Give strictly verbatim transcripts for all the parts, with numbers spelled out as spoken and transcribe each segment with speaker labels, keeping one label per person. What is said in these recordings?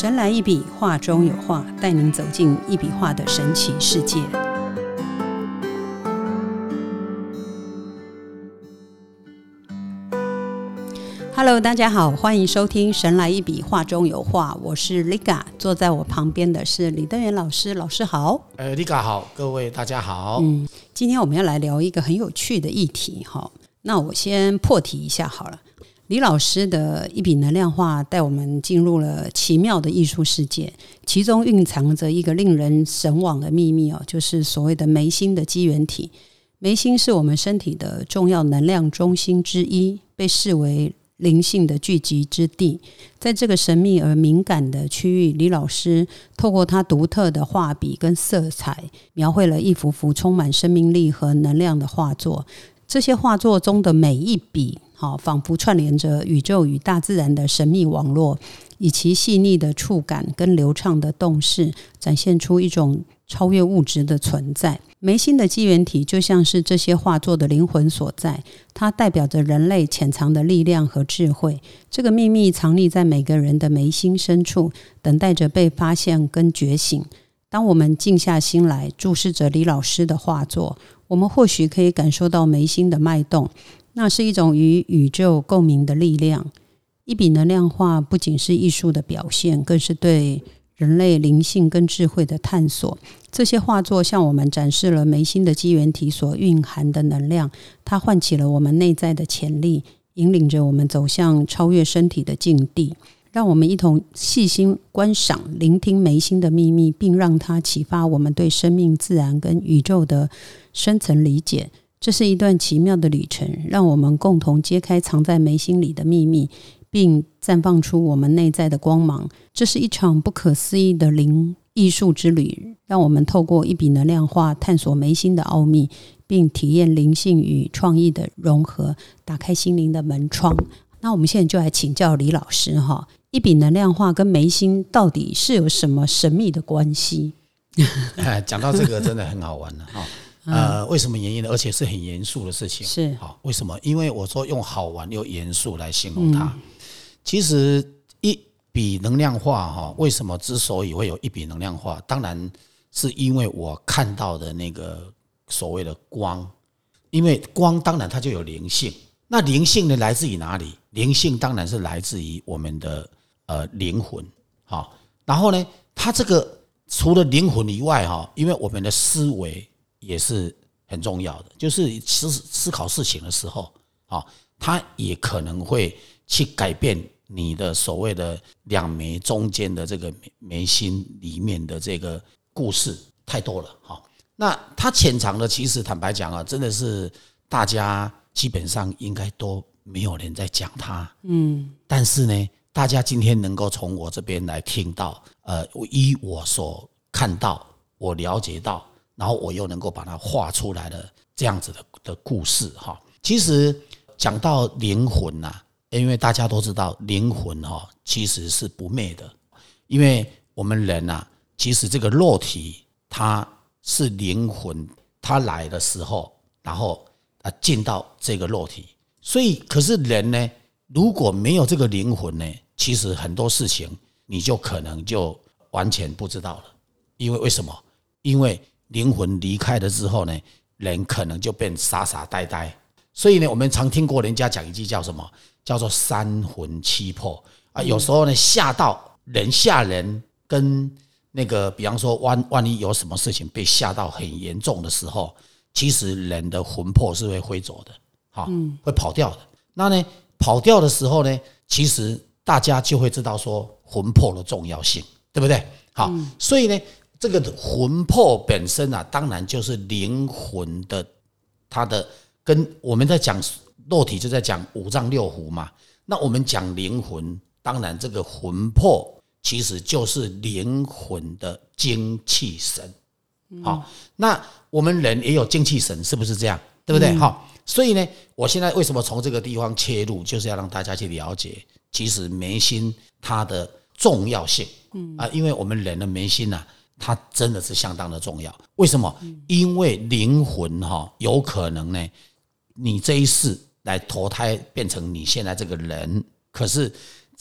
Speaker 1: 神来一笔，画中有画，带您走进一笔画的神奇世界。Hello， 大家好，欢迎收听神来一笔，画中有画，我是 Liga， 坐在我旁边的是李登元老师，老师好。
Speaker 2: 呃 Liga 好，各位大家好。
Speaker 1: 嗯，今天我们要来聊一个很有趣的议题哈。那我先破题一下好了。李老师的一笔能量画带我们进入了奇妙的艺术世界，其中蕴藏着一个令人神往的秘密哦，就是所谓的眉心的基缘体。眉心是我们身体的重要能量中心之一，被视为灵性的聚集之地。在这个神秘而敏感的区域，李老师透过他独特的画笔跟色彩，描绘了一幅幅充满生命力和能量的画作。这些画作中的每一笔，仿佛串联着宇宙与大自然的神秘网络，以其细腻的触感跟流畅的动势，展现出一种超越物质的存在。眉心的基缘体就像是这些画作的灵魂所在，它代表着人类潜藏的力量和智慧。这个秘密藏匿在每个人的眉心深处，等待着被发现跟觉醒。当我们静下心来注视着李老师的画作，我们或许可以感受到眉心的脉动，那是一种与宇宙共鸣的力量。一笔能量画不仅是艺术的表现，更是对人类灵性跟智慧的探索。这些画作向我们展示了眉心的基缘体所蕴含的能量，它唤起了我们内在的潜力，引领着我们走向超越身体的境地。让我们一同细心观赏、聆听眉心的秘密，并让它启发我们对生命、自然跟宇宙的深层理解。这是一段奇妙的旅程，让我们共同揭开藏在眉心里的秘密，并绽放出我们内在的光芒。这是一场不可思议的灵艺术之旅，让我们透过一笔能量画探索眉心的奥秘，并体验灵性与创意的融合，打开心灵的门窗。那我们现在就来请教李老师哈，一笔能量画跟眉心到底是有什么神秘的关系？
Speaker 2: 讲到这个真的很好玩了哈。呃，为什么原因呢？而且是很严肃的事情。
Speaker 1: 是
Speaker 2: 好，为什么？因为我说用好玩又严肃来形容它。嗯、其实一笔能量画哈，为什么之所以会有一笔能量画，当然是因为我看到的那个所谓的光，因为光当然它就有灵性。那灵性呢，来自于哪里？灵性当然是来自于我们的呃灵魂。好，然后呢，它这个除了灵魂以外哈，因为我们的思维也是很重要的，就是思思考事情的时候，它也可能会去改变你的所谓的两眉中间的这个眉心里面的这个故事太多了。那它潜藏的，其实坦白讲啊，真的是大家基本上应该都没有人在讲它。嗯，但是呢，大家今天能够从我这边来听到，呃，依我所看到，我了解到。然后我又能够把它画出来的这样子 的, 的故事哈。其实讲到灵魂啊，因为大家都知道灵魂哈其实是不灭的，因为我们人啊，其实这个肉体它是灵魂，它来的时候，然后啊进到这个肉体，所以可是人呢，如果没有这个灵魂呢，其实很多事情你就可能就完全不知道了。因为为什么？因为灵魂离开了之后呢，人可能就变傻傻呆呆。所以呢，我们常听过人家讲一句叫什么？叫做三魂七魄啊。有时候呢，吓到人吓人，跟那个比方说万万一有什么事情被吓到很严重的时候，其实人的魂魄是会挥走的，哈，会跑掉的。那呢，跑掉的时候呢，其实大家就会知道说魂魄的重要性，对不对？好，所以呢。这个魂魄本身啊，当然就是灵魂的，它的跟我们在讲肉体就在讲五脏六腑嘛。那我们讲灵魂，当然这个魂魄其实就是灵魂的精气神。好，那我们人也有精气神，是不是这样？对不对？好，所以呢，我现在为什么从这个地方切入，就是要让大家去了解，其实眉心它的重要性。嗯啊，因为我们人的眉心啊。它真的是相当的重要，为什么？因为灵魂哈，有可能呢，你这一世来投胎变成你现在这个人，可是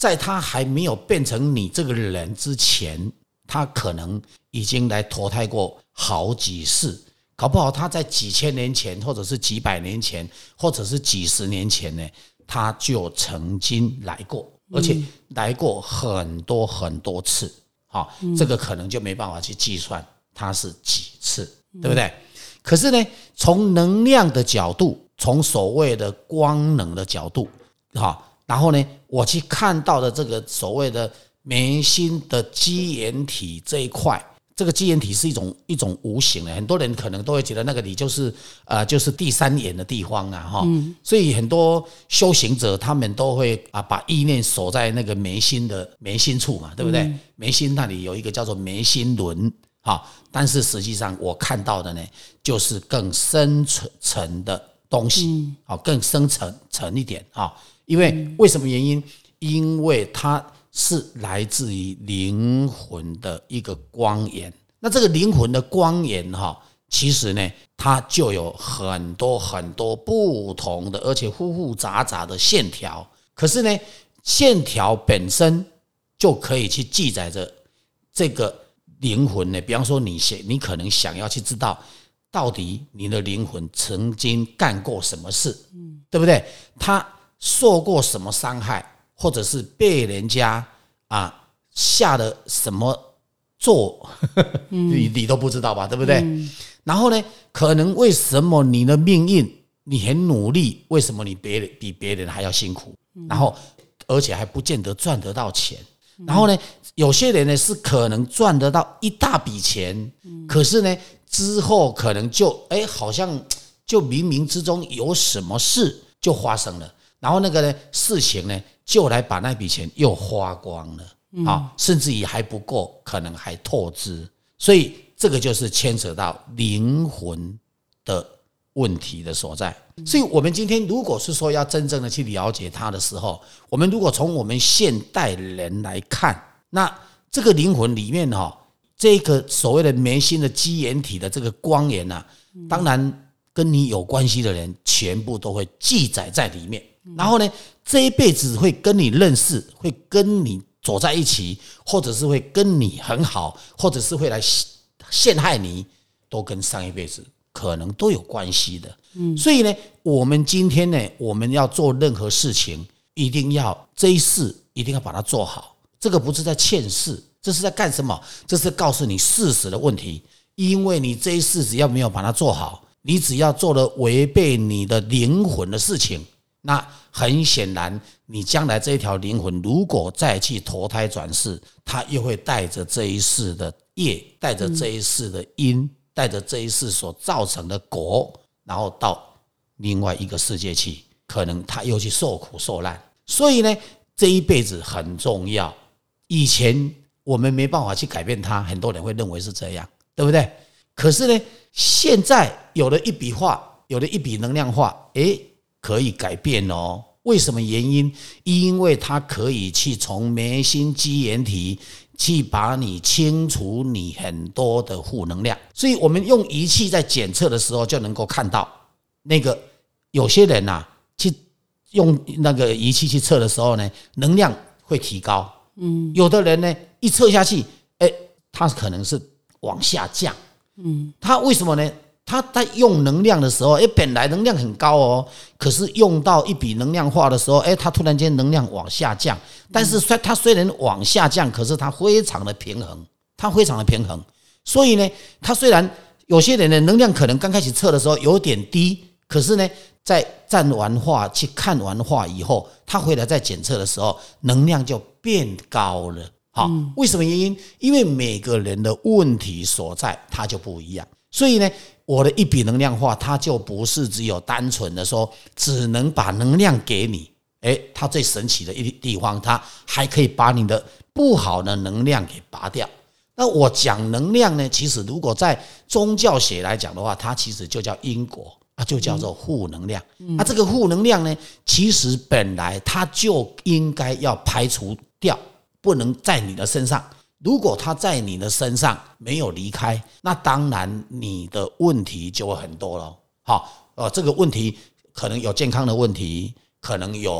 Speaker 2: 在他还没有变成你这个人之前，他可能已经来投胎过好几世，搞不好他在几千年前，或者是几百年前，或者是几十年前呢，他就曾经来过，而且来过很多很多次。好，这个可能就没办法去计算它是几次，对不对？可是呢，从能量的角度，从所谓的光能的角度，好，然后呢，我去看到的这个所谓的眉心的基岩体这一块，这个基岩体是一种一种无形的，很多人可能都会觉得那个里就是呃就是第三眼的地方啊哈、嗯，所以很多修行者他们都会啊把意念锁在那个眉心的眉心处嘛，对不对？嗯、眉心那里有一个叫做眉心轮，好，但是实际上我看到的呢，就是更深层的东西，好，更深层层一点啊，因为为什么原因？因为它是来自于灵魂的一个光源，那这个灵魂的光源哈，其实呢，它就有很多很多不同的，而且复复杂杂的线条。可是呢，线条本身就可以去记载着这个灵魂呢。比方说你，你你可能想要去知道，到底你的灵魂曾经干过什么事，对不对？他受过什么伤害？或者是被人家啊下了什么咒，你你都不知道吧，对不对？嗯、然后呢，可能为什么你的命运你很努力，为什么你别人比别人还要辛苦？嗯、然后而且还不见得赚得到钱。嗯、然后呢，有些人呢是可能赚得到一大笔钱，嗯、可是呢之后可能就哎好像就冥冥之中有什么事就发生了。然后那个呢事情呢，就来把那笔钱又花光了，嗯、啊，甚至于还不够，可能还透支，所以这个就是牵扯到灵魂的问题的所在。所以我们今天如果是说要真正的去了解它的时候，我们如果从我们现代人来看，那这个灵魂里面哈，这个所谓的眉心的基岩体的这个光源啊，当然跟你有关系的人全部都会记载在里面。然后呢，这一辈子会跟你认识，会跟你走在一起，或者是会跟你很好，或者是会来陷害你，都跟上一辈子可能都有关系的。嗯，所以呢，我们今天呢，我们要做任何事情，一定要这一世一定要把它做好。这个不是在劝世，这是在干什么？这是告诉你事实的问题。因为你这一世只要没有把它做好，你只要做了违背你的灵魂的事情，那很显然，你将来这一条灵魂如果再去投胎转世，它又会带着这一世的业，带着这一世的因，带着这一世所造成的果，然后到另外一个世界去，可能他又去受苦受难。所以呢，这一辈子很重要。以前我们没办法去改变它，很多人会认为是这样，对不对？可是呢，现在有了一笔画，有了一笔能量画，诶可以改变哦。为什么原因？因为它可以去从眉心基岩体去把你清除你很多的负能量。所以我们用仪器在检测的时候就能够看到，那个有些人啊，去用那个仪器去测的时候呢，能量会提高。嗯，有的人呢，一测下去，哎，他可能是往下降。嗯，他为什么呢？他在用能量的时候，哎，本来能量很高哦，可是用到一笔能量化的时候，哎，他突然间能量往下降。但是他虽然往下降，可是他非常的平衡，他非常的平衡。所以呢，他虽然有些人的能量可能刚开始测的时候有点低，可是呢，在站完化去看完化以后，他回来再检测的时候，能量就变高了。好，为什么原因？因为每个人的问题所在，它就不一样。所以呢，我的一笔能量化，它就不是只有单纯的说只能把能量给你，诶，它最神奇的一地方，它还可以把你的不好的能量给拔掉。那我讲能量呢，其实如果在宗教学来讲的话，它其实就叫因果啊，就叫做负能量。那、啊、这个负能量呢，其实本来它就应该要排除掉，不能在你的身上。如果他在你的身上没有离开，那当然你的问题就会很多了。好，呃，这个问题可能有健康的问题，可能有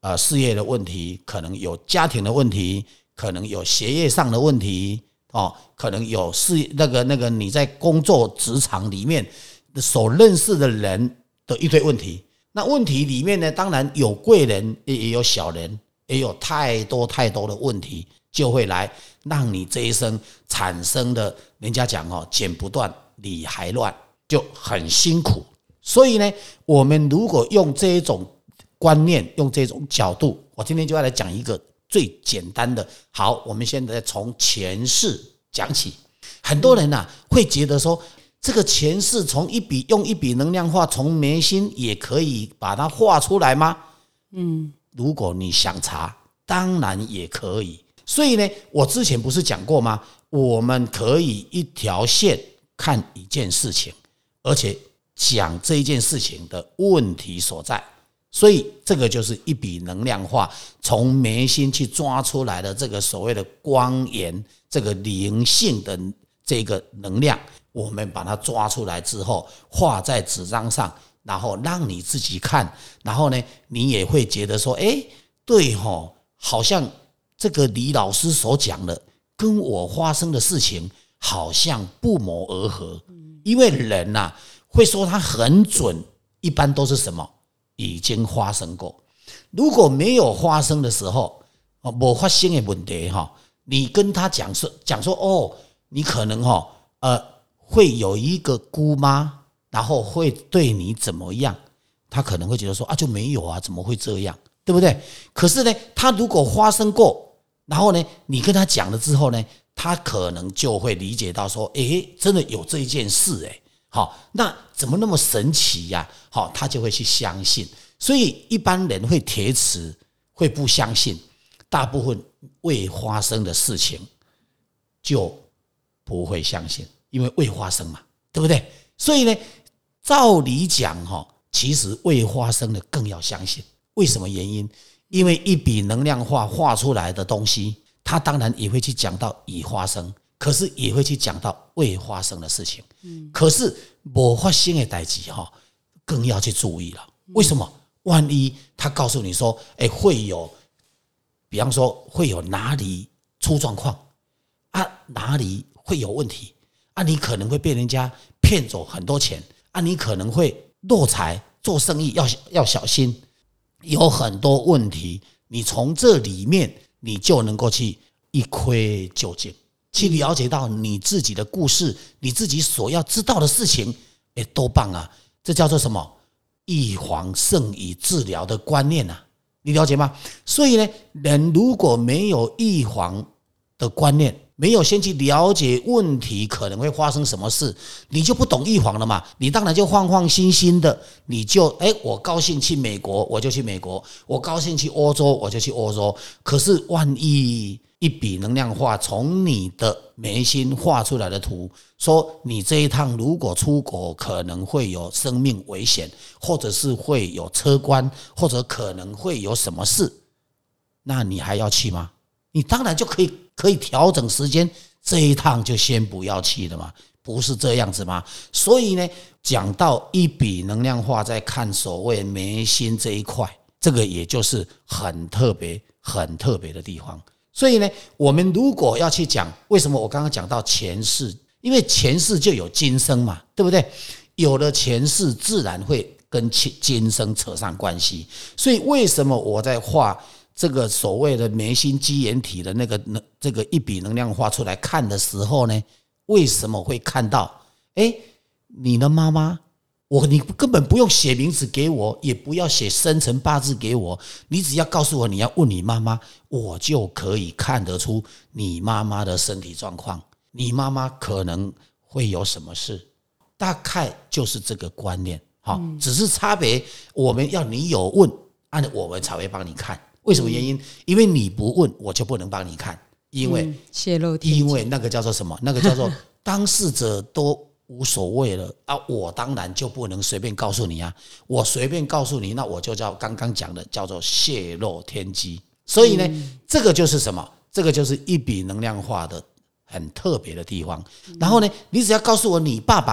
Speaker 2: 呃事业的问题，可能有家庭的问题，可能有学业上的问题哦，可能有事那个那个你在工作职场里面所认识的人的一堆问题。那问题里面呢，当然有贵人，也有小人，也有太多太多的问题，就会来让你这一生产生的，人家讲哦，剪不断理还乱，就很辛苦。所以呢，我们如果用这一种观念，用这种角度，我今天就要来讲一个最简单的。好，我们现在从前世讲起。很多人啊会觉得说，这个前世从一笔用一笔能量画，从眉心也可以把它画出来吗？嗯，如果你想查，当然也可以。所以呢，我之前不是讲过吗？我们可以一条线看一件事情，而且讲这一件事情的问题所在。所以这个就是一笔能量画，从眉心去抓出来的这个所谓的光源，这个灵性的这个能量，我们把它抓出来之后，画在纸张上，然后让你自己看，然后呢，你也会觉得说，哎，对齁，好像这个李老师所讲的，跟我发生的事情好像不谋而合。因为人呐、啊、会说他很准，一般都是什么已经发生过。如果没有发生的时候，没发生的问题哈，你跟他讲说讲说哦，你可能哈呃会有一个姑妈，然后会对你怎么样，他可能会觉得说啊就没有啊，怎么会这样，对不对？可是呢，他如果发生过，然后呢，你跟他讲了之后呢，他可能就会理解到说，诶，真的有这一件事，诶，好，那怎么那么神奇呀？好，他就会去相信。所以一般人会铁齿，会不相信，大部分未发生的事情就不会相信，因为未发生嘛，对不对？所以呢，照理讲哈，其实未发生的更要相信。为什么原因？因为一笔能量画画出来的东西，它当然也会去讲到已发生，可是也会去讲到未发生的事情。可是没发生的事情哈，更要去注意了。为什么？万一他告诉你说，哎，会有，比方说会有哪里出状况啊，哪里会有问题啊，你可能会被人家骗走很多钱啊，你可能会落财，做生意要要小心，有很多问题，你从这里面你就能够去一窥究竟，去了解到你自己的故事，你自己所要知道的事情，哎，多棒啊！这叫做什么？预防胜于治疗的观念啊，你了解吗？所以呢，人如果没有预防的观念，没有先去了解问题可能会发生什么事，你就不懂预防了嘛。你当然就放放心心的，你就哎，我高兴去美国我就去美国，我高兴去欧洲我就去欧洲。可是万一一笔能量画从你的眉心画出来的图，说你这一趟如果出国可能会有生命危险，或者是会有车关，或者可能会有什么事，那你还要去吗？你当然就可以可以调整时间，这一趟就先不要去了嘛，不是这样子吗？所以呢，讲到一笔能量画，在看所谓眉心这一块，这个也就是很特别很特别的地方。所以呢，我们如果要去讲为什么我刚刚讲到前世，因为前世就有今生嘛，对不对？有了前世自然会跟今生扯上关系。所以为什么我在画这个所谓的眉心基岩体的那个这个一笔能量画出来看的时候呢，为什么会看到诶你的妈妈，我你根本不用写名字给我，也不要写生辰八字给我，你只要告诉我你要问你妈妈，我就可以看得出你妈妈的身体状况，你妈妈可能会有什么事，大概就是这个观念。好，只是差别，我们要你有问，按我们才会帮你看。为什么原因？因为你不问，我就不能帮你看，因为、嗯、
Speaker 1: 泄露天机，
Speaker 2: 因为那个叫做什么？那个叫做当事者都无所谓了啊！我当然就不能随便告诉你啊！我随便告诉你，那我就叫刚刚讲的叫做泄露天机。所以呢，嗯、这个就是什么？这个就是一笔能量画的很特别的地方。然后呢，你只要告诉我你爸爸，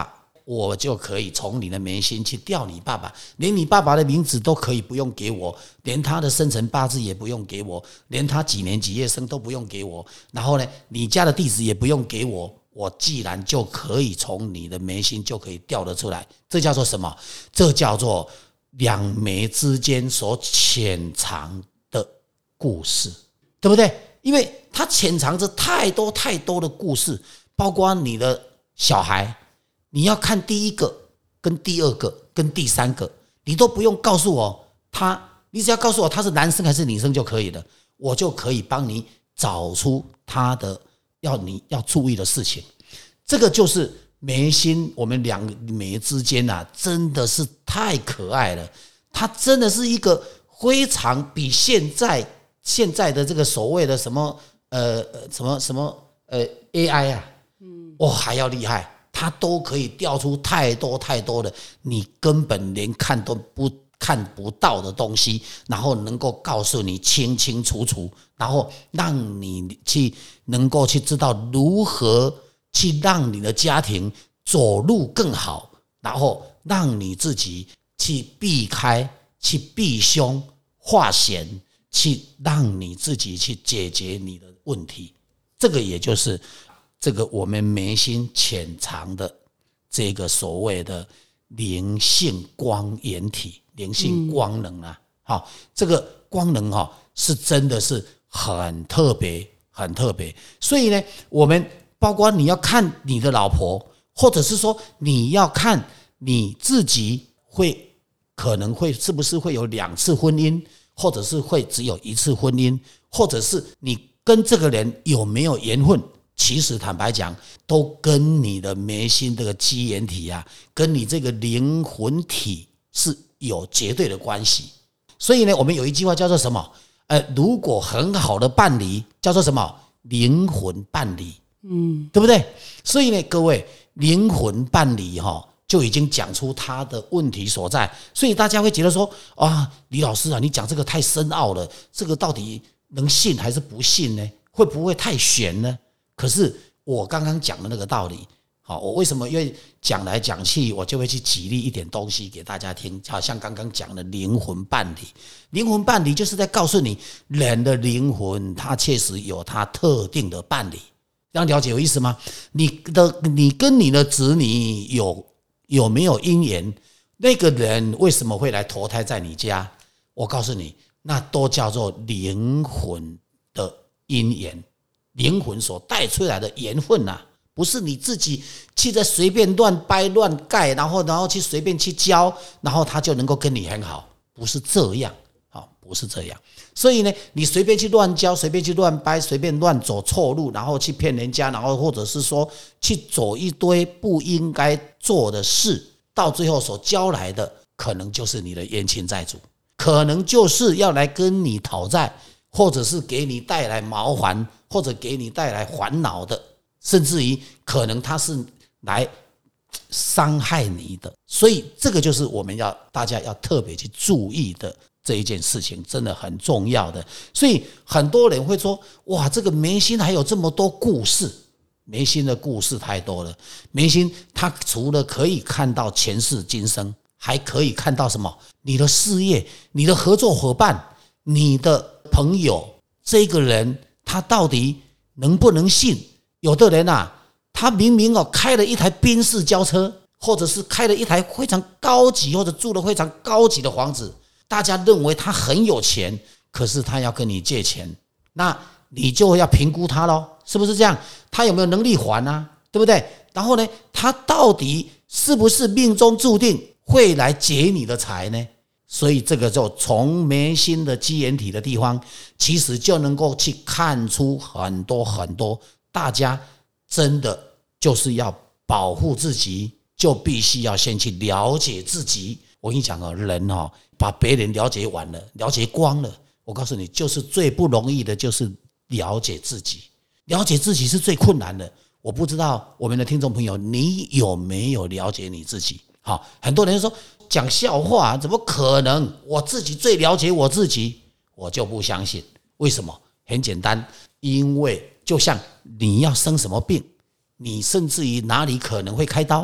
Speaker 2: 我就可以从你的眉心去调你爸爸，连你爸爸的名字都可以不用给我，连他的生辰八字也不用给我，连他几年几月生都不用给我，然后呢，你家的地址也不用给我，我既然就可以从你的眉心就可以调得出来，这叫做什么？这叫做两眉之间所潜藏的故事，对不对？因为它潜藏着太多太多的故事，包括你的小孩，你要看第一个跟第二个跟第三个，你都不用告诉我他，你只要告诉我他是男生还是女生就可以了，我就可以帮你找出他的要你要注意的事情。这个就是眉心，我们两眉之间啊，真的是太可爱了。它真的是一个非常比现在现在的这个所谓的什么呃什么什么呃 A I 啊，嗯，哦还要厉害。它都可以调出太多太多的你根本连看都不看不到的东西，然后能够告诉你清清楚楚，然后让你去能够去知道如何去让你的家庭走路更好，然后让你自己去避开、去避凶化险，去让你自己去解决你的问题。这个也就是这个我们眉心潜藏的这个所谓的灵性光源体、灵性光能啊，好，这个光能哈是真的是很特别、很特别。所以呢，我们包括你要看你的老婆，或者是说你要看你自己会可能会是不是会有两次婚姻，或者是会只有一次婚姻，或者是你跟这个人有没有缘分。其实坦白讲，都跟你的眉心这个基岩体啊，跟你这个灵魂体是有绝对的关系。所以呢，我们有一句话叫做什么？呃，如果很好的伴侣叫做什么？灵魂伴侣，嗯，对不对？所以呢，各位，灵魂伴侣哈，就已经讲出他的问题所在。所以大家会觉得说，啊，李老师啊，你讲这个太深奥了，这个到底能信还是不信呢？会不会太玄呢？可是我刚刚讲的那个道理，好，我为什么因为讲来讲去，我就会去举例一点东西给大家听，好像刚刚讲的灵魂伴侣，灵魂伴侣就是在告诉你，人的灵魂它确实有它特定的伴侣，这样了解有意思吗？你的你跟你的子女有有没有姻缘？那个人为什么会来投胎在你家？我告诉你，那都叫做灵魂的姻缘。灵魂所带出来的缘分啊，不是你自己去在随便乱掰乱盖，然后然后去随便去教，然后他就能够跟你很好，不是这样，好，不是这样。所以呢，你随便去乱教，随便去乱掰，随便乱走错路，然后去骗人家，然后或者是说去走一堆不应该做的事，到最后所交来的可能就是你的冤亲债主，可能就是要来跟你讨债，或者是给你带来麻烦，或者给你带来烦恼的，甚至于可能他是来伤害你的。所以这个就是我们要大家要特别去注意的这一件事情，真的很重要的。所以很多人会说，哇，这个眉心还有这么多故事。眉心的故事太多了，眉心它除了可以看到前世今生，还可以看到什么？你的事业，你的合作伙伴，你的朋友，这个人他到底能不能信？有的人啊，他明明哦开了一台宾士轿车，或者是开了一台非常高级，或者住了非常高级的房子，大家认为他很有钱，可是他要跟你借钱，那你就要评估他咯，是不是这样？他有没有能力还啊？对不对？然后呢，他到底是不是命中注定会来劫你的财呢？所以这个就从眉心的基岩体的地方，其实就能够去看出很多很多。大家真的就是要保护自己，就必须要先去了解自己。我跟你讲哦，人哦，把别人了解完了，了解光了，我告诉你，就是最不容易的，就是了解自己。了解自己是最困难的。我不知道我们的听众朋友，你有没有了解你自己？好，很多人说讲笑话，怎么可能？我自己最了解我自己，我就不相信。为什么？很简单，因为就像你要生什么病，你甚至于哪里可能会开刀，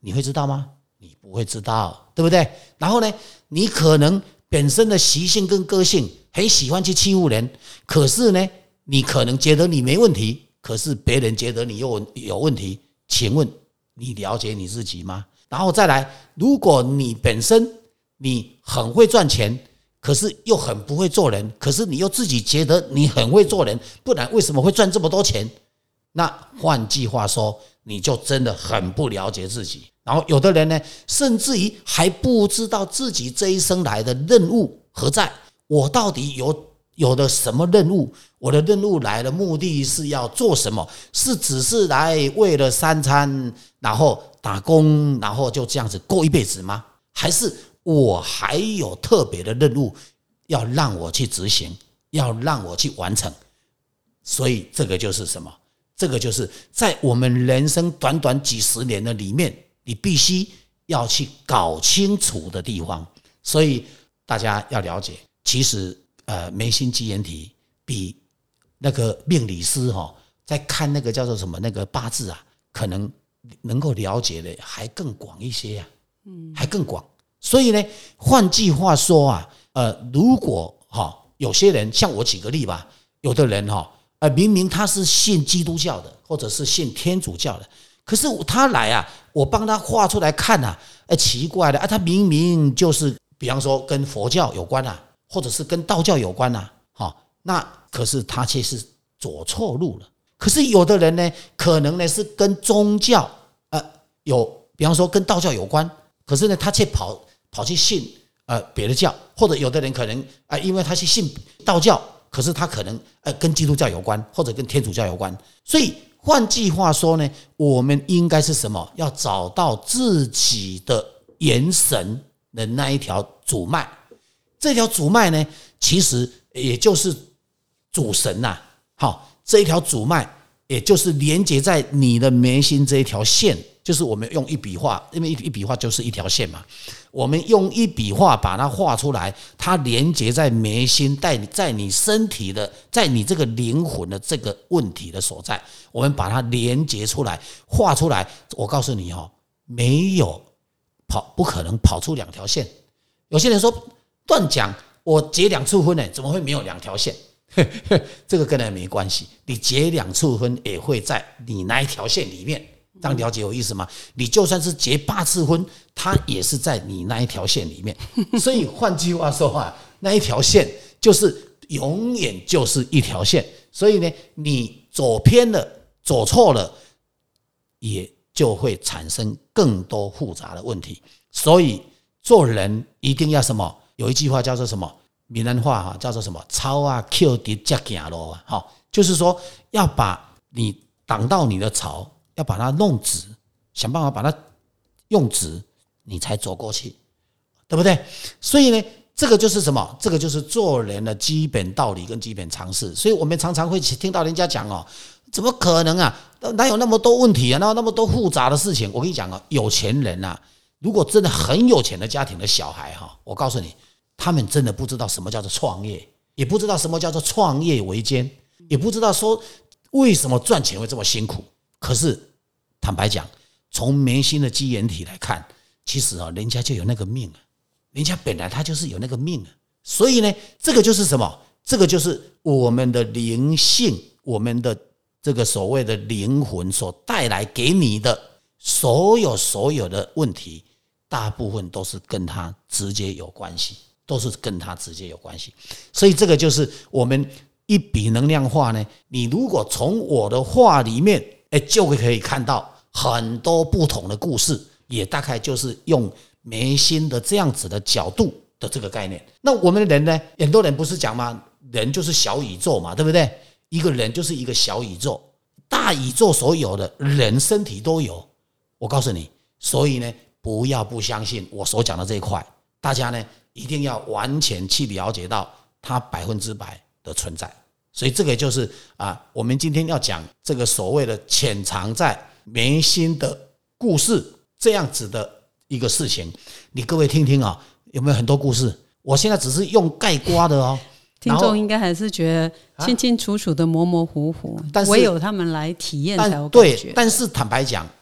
Speaker 2: 你会知道吗？你不会知道，对不对？然后呢，你可能本身的习性跟个性很喜欢去欺负人，可是呢，你可能觉得你没问题，可是别人觉得你有有问题。请问你了解你自己吗？然后再来，如果你本身你很会赚钱，可是又很不会做人，可是你又自己觉得你很会做人，不然为什么会赚这么多钱？那换句话说，你就真的很不了解自己。然后有的人呢，甚至于还不知道自己这一生来的任务何在，我到底有有的什么任务？我的任务来的目的是要做什么？是只是来为了三餐，然后打工，然后就这样子过一辈子吗？还是我还有特别的任务要让我去执行，要让我去完成？所以这个就是什么？这个就是在我们人生短短几十年的里面，你必须要去搞清楚的地方。所以大家要了解，其实呃眉心基岩体比那个命理师哈、哦，在看那个叫做什么那个八字啊，可能能够了解的还更广一些啊，嗯，还更广。所以呢，换句话说啊，呃，如果哈、哦、有些人像我举个例吧，有的人哈、哦。呃，明明他是信基督教的，或者是信天主教的，可是他来啊，我帮他画出来看啊，哎，奇怪的啊，他明明就是，比方说跟佛教有关啊，或者是跟道教有关啊，好，那可是他却是走错路了。可是有的人呢，可能呢是跟宗教呃有，比方说跟道教有关，可是呢他却跑跑去信呃别的教，或者有的人可能啊、呃，因为他去信道教。可是他可能呃跟基督教有关，或者跟天主教有关，所以换句话说呢，我们应该是什么？要找到自己的元神的那一条主脉。这条主脉呢，其实也就是主神呐、啊。好，这一条主脉，也就是连接在你的眉心这一条线，就是我们用一笔画，因为一笔画就是一条线嘛。我们用一笔画把它画出来，它连接在眉心，在你身体的，在你这个灵魂的这个问题的所在，我们把它连接出来，画出来。我告诉你哦，没有跑，不可能跑出两条线。有些人说断讲，我结两次婚呢，怎么会没有两条线？这个跟人没关系，你结两次婚也会在你那一条线里面。这样了解我意思吗？你就算是结八次婚，它也是在你那一条线里面。所以换句话说啊，那一条线就是永远就是一条线。所以呢，你走偏了、走错了，也就会产生更多复杂的问题。所以做人一定要什么？有一句话叫做什么？闽南话哈，叫做什么？草啊，扣直才行路啊。好，就是说要把你挡到你的草。要把它弄直，想办法把它用直，你才走过去，对不对？所以呢，这个就是什么？这个就是做人的基本道理跟基本常识。所以我们常常会听到人家讲哦，怎么可能啊？哪有那么多问题啊？哪有那么多复杂的事情？我跟你讲啊，有钱人啊，如果真的很有钱的家庭的小孩哈，我告诉你，他们真的不知道什么叫做创业，也不知道什么叫做创业维艰，也不知道说为什么赚钱会这么辛苦。可是坦白讲，从眉心的基岩体来看，其实啊，人家就有那个命啊，人家本来他就是有那个命啊。所以呢，这个就是什么？这个就是我们的灵性，我们的这个所谓的灵魂所带来给你的所有所有的问题，大部分都是跟他直接有关系，都是跟他直接有关系。所以这个就是我们一笔能量画呢，你如果从我的画里面哎，就会可以看到很多不同的故事，也大概就是用眉心的这样子的角度的这个概念。那我们的人呢，很多人不是讲吗？人就是小宇宙嘛，对不对？一个人就是一个小宇宙，大宇宙所有的人身体都有。我告诉你，所以呢，不要不相信我所讲的这一块，大家呢一定要完全去了解到它百分之百的存在。所以这个就是啊，我们今天要讲这个所谓的潜藏在眉心的故事，这样子的一个事情，你各位听听啊，有没有很多故事？我现在只是用概括的哦，
Speaker 1: 听众应该还是觉得清清楚楚的、模模糊糊，但是唯有他们来体验才有感觉。
Speaker 2: 对，但是坦白讲，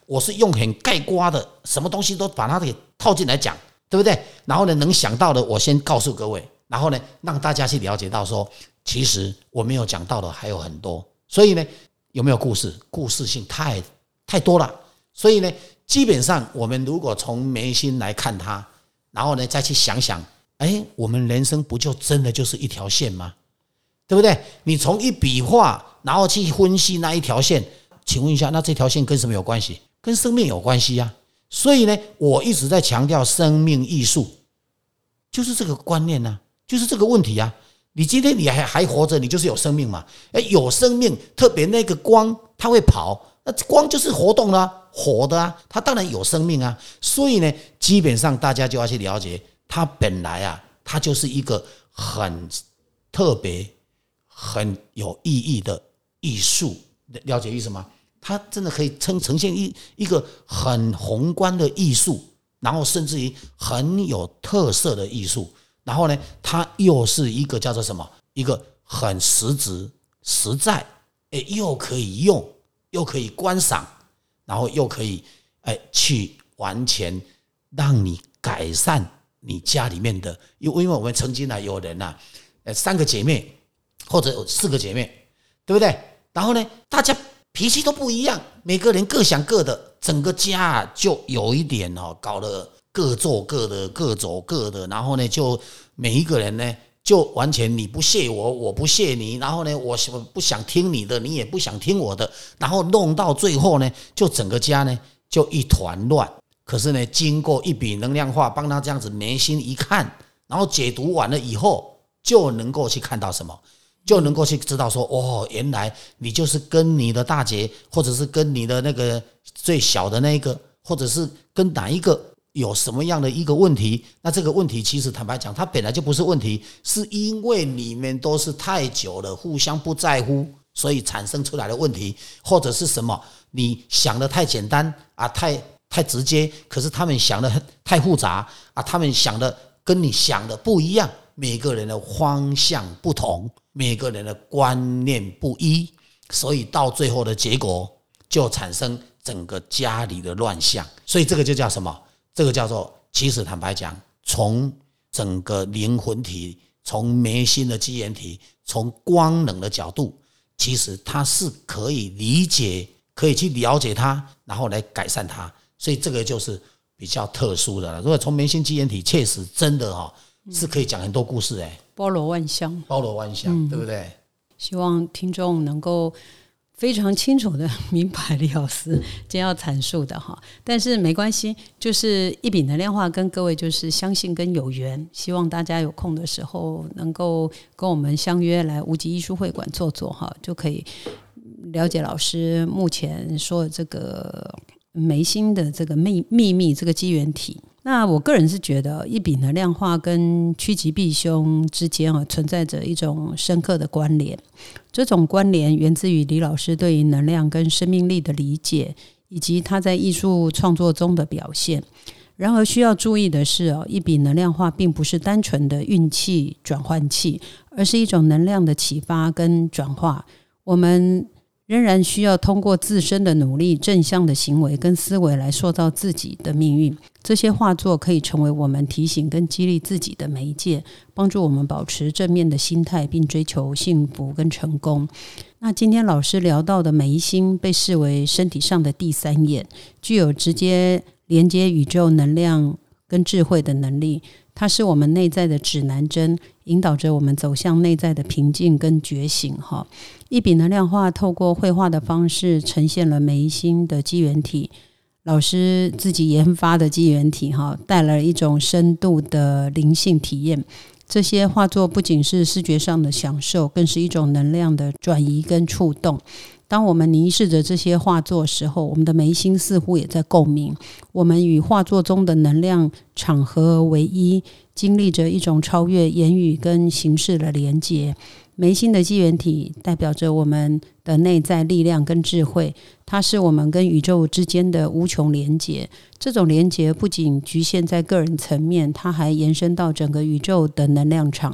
Speaker 2: 我是用很概括的，什么东西都把它给套进来讲，对不对？然后呢，能想到的我先告诉各位，然后呢，让大家去了解到说，其实我没有讲到的还有很多。所以呢，有没有故事？故事性太太多了。所以呢，基本上我们如果从眉心来看它，然后呢再去想想，哎，我们人生不就真的就是一条线吗？对不对？你从一笔画，然后去分析那一条线，请问一下，那这条线跟什么有关系？跟生命有关系啊。所以呢，我一直在强调生命艺术，就是这个观念啊，就是这个问题啊。你今天你还还活着，你就是有生命嘛？哎，有生命，特别那个光，它会跑，那光就是活动啦、啊，活的啊，它当然有生命啊。所以呢，基本上大家就要去了解，它本来啊，它就是一个很特别、很有意义的艺术。了解意思吗？它真的可以呈呈现一一个很宏观的艺术，然后甚至于很有特色的艺术。然后呢，它又是一个叫做什么？一个很实质、实在，诶，又可以用，又可以观赏，然后又可以诶去完全让你改善你家里面的。因为我们曾经呢有人啊，呃，三个姐妹或者有四个姐妹，对不对？然后呢，大家脾气都不一样，每个人各想各的，整个家就有一点哦，搞得各做各的，各走各的，然后呢，就每一个人呢，就完全你不谢我，我不谢你，然后呢，我不想听你的，你也不想听我的，然后弄到最后呢，就整个家呢就一团乱。可是呢，经过一笔能量化，帮他这样子眉心一看，然后解读完了以后，就能够去看到什么？就能够去知道说，哦，原来你就是跟你的大姐，或者是跟你的那个最小的那一个，或者是跟哪一个有什么样的一个问题。那这个问题其实坦白讲，它本来就不是问题，是因为你们都是太久了，互相不在乎，所以产生出来的问题。或者是什么，你想的太简单啊，太太直接，可是他们想的太复杂啊，他们想的跟你想的不一样，每个人的方向不同，每个人的观念不一，所以到最后的结果就产生整个家里的乱象。所以这个就叫什么？这个叫做，其实坦白讲，从整个灵魂体，从眉心的基岩体，从光能的角度，其实它是可以理解，可以去了解它，然后来改善它。所以这个就是比较特殊的了。如果从眉心基岩体，确实真的哈、哦、是可以讲很多故事哎，
Speaker 1: 包罗万象，
Speaker 2: 包罗万象、嗯，对不对？
Speaker 1: 希望听众能够非常清楚的明白李老师今天要阐述的哈，但是没关系，就是一笔能量化跟各位就是相信跟有缘，希望大家有空的时候能够跟我们相约来无极艺术会馆坐坐哈，就可以了解老师目前说的这个眉心的这个秘秘密这个机缘体。那我个人是觉得一笔能量化跟趋吉避凶之间存在着一种深刻的关联，这种关联源自于李老师对于能量跟生命力的理解，以及他在艺术创作中的表现。然而需要注意的是，一笔能量化并不是单纯的运气转换器，而是一种能量的启发跟转化。我们仍然需要通过自身的努力、正向的行为跟思维来塑造自己的命运。这些画作可以成为我们提醒跟激励自己的媒介，帮助我们保持正面的心态，并追求幸福跟成功。那今天老师聊到的眉心被视为身体上的第三眼，具有直接连接宇宙能量跟智慧的能力。它是我们内在的指南针，引导着我们走向内在的平静跟觉醒。一笔能量画透过绘画的方式呈现了眉心的机缘体，老师自己研发的机缘体带来了一种深度的灵性体验。这些画作不仅是视觉上的享受，更是一种能量的转移跟触动。当我们凝视着这些画作时候，我们的眉心似乎也在共鸣，我们与画作中的能量场合为一，经历着一种超越言语跟形式的连结。眉心的机缘体代表着我们的内在力量跟智慧，它是我们跟宇宙之间的无穷连结。这种连结不仅局限在个人层面，它还延伸到整个宇宙的能量场。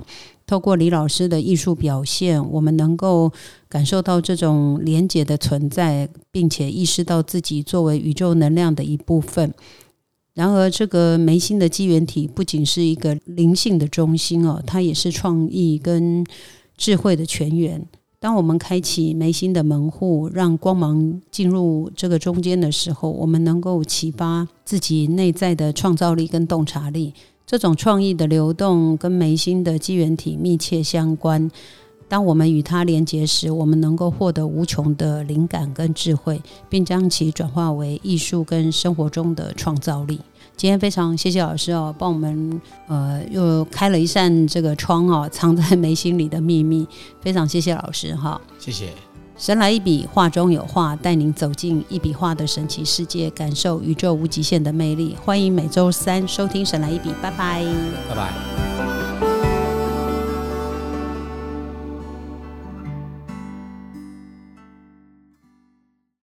Speaker 1: 透过李老师的艺术表现，我们能够感受到这种连结的存在，并且意识到自己作为宇宙能量的一部分。然而这个眉心的基源体不仅是一个灵性的中心哦，它也是创意跟智慧的泉源。当我们开启眉心的门户，让光芒进入这个中间的时候，我们能够启发自己内在的创造力跟洞察力。这种创意的流动跟眉心的基源体密切相关，当我们与它连结时，我们能够获得无穷的灵感跟智慧，并将其转化为艺术跟生活中的创造力。今天非常谢谢老师哦，帮我们呃又开了一扇这个窗哦，藏在眉心里的秘密。非常谢谢老师哈，
Speaker 2: 谢谢。
Speaker 1: 神来一笔，画中有画，带您走进一笔画的神奇世界，感受宇宙无极限的魅力。欢迎每周三收听神来一笔，拜拜，
Speaker 2: 拜拜。